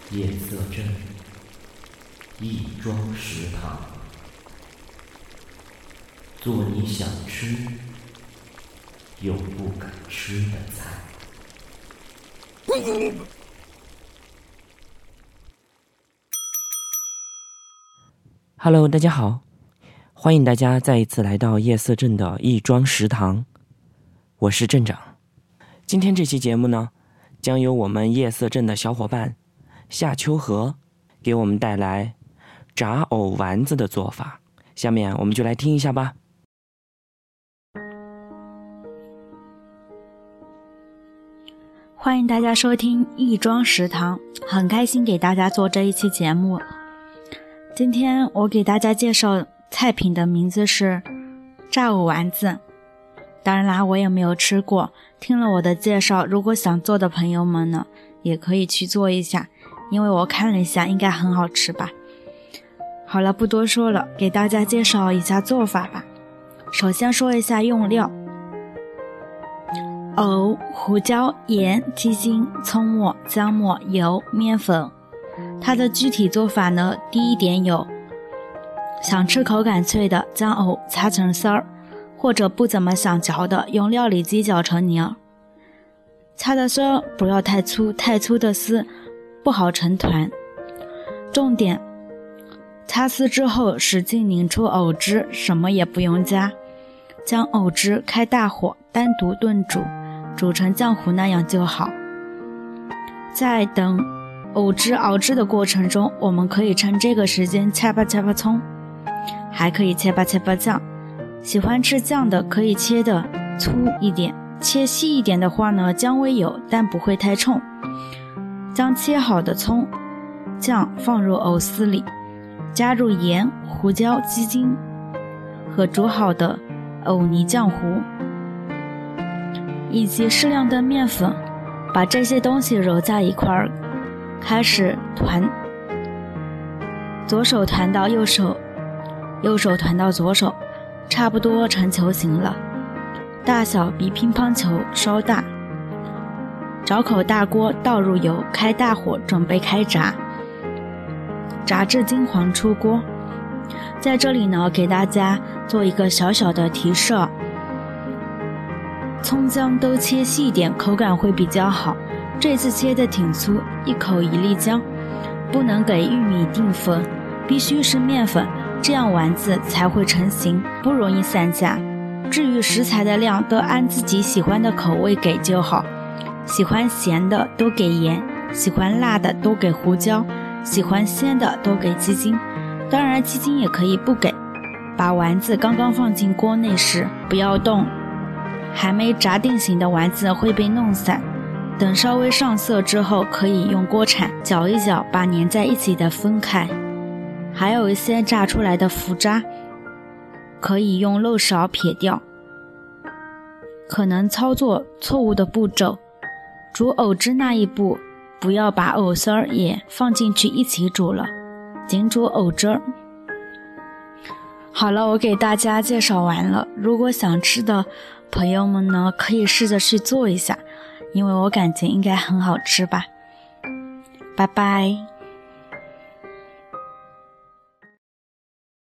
夜色镇亦庄食堂，做你想吃又不敢吃的菜。 Hello， 大家好，欢迎大家再一次来到夜色镇的亦庄食堂，我是镇长。今天这期节目呢，将由我们夜色镇的小伙伴夏秋荷给我们带来炸藕丸子的做法，下面我们就来听一下吧。 欢迎大家收听亦庄食堂，很开心给大家做这一期节目。今天我给大家介绍菜品的名字是炸藕丸子，当然啦，我也没有吃过，听了我的介绍，如果想做的朋友们呢，也可以去做一下，因为我看了一下，应该很好吃吧。好了，不多说了，给大家介绍一下做法吧。首先说一下用料：藕、胡椒、盐、鸡精、葱末、姜末、油、面粉。它的具体做法呢，第一点有，想吃口感脆的，将藕擦成丝儿，或者不怎么想嚼的，用料理机搅成泥儿。擦的丝儿不要太粗，太粗的丝不好成团。重点，擦丝之后使劲拧出藕汁，什么也不用加，将藕汁开大火单独炖煮，煮成浆糊那样就好。在等藕汁熬制的过程中，我们可以趁这个时间切吧葱，还可以切吧酱。喜欢吃酱的可以切的粗一点，切细一点的话呢，姜微有，但不会太冲。将切好的葱酱放入藕丝里，加入盐、胡椒、鸡精和煮好的藕泥浆糊，以及适量的面粉，把这些东西揉在一块儿，开始团，左手团到右手，右手团到左手，差不多成球形了，大小比乒乓球稍大。找口大锅，倒入油，开大火，准备开炸，炸至金黄出锅。在这里呢，给大家做一个小小的提示，葱姜都切细一点，口感会比较好。这次切的挺粗，一口一粒姜，不能给玉米淀粉，必须是面粉，这样丸子才会成型，不容易散架。至于食材的量，都按自己喜欢的口味给就好，喜欢咸的多给盐，喜欢辣的多给胡椒，喜欢鲜的多给鸡精，当然鸡精也可以不给。把丸子刚刚放进锅内时不要动，还没炸定型的丸子会被弄散。等稍微上色之后，可以用锅铲搅一搅，把粘在一起的分开。还有一些炸出来的浮渣，可以用漏勺撇掉。可能操作错误的步骤，煮藕汁那一步，不要把藕丝儿也放进去一起煮了，仅煮藕汁儿。好了，我给大家介绍完了，如果想吃的朋友们呢，可以试着去做一下，因为我感觉应该很好吃吧。拜拜。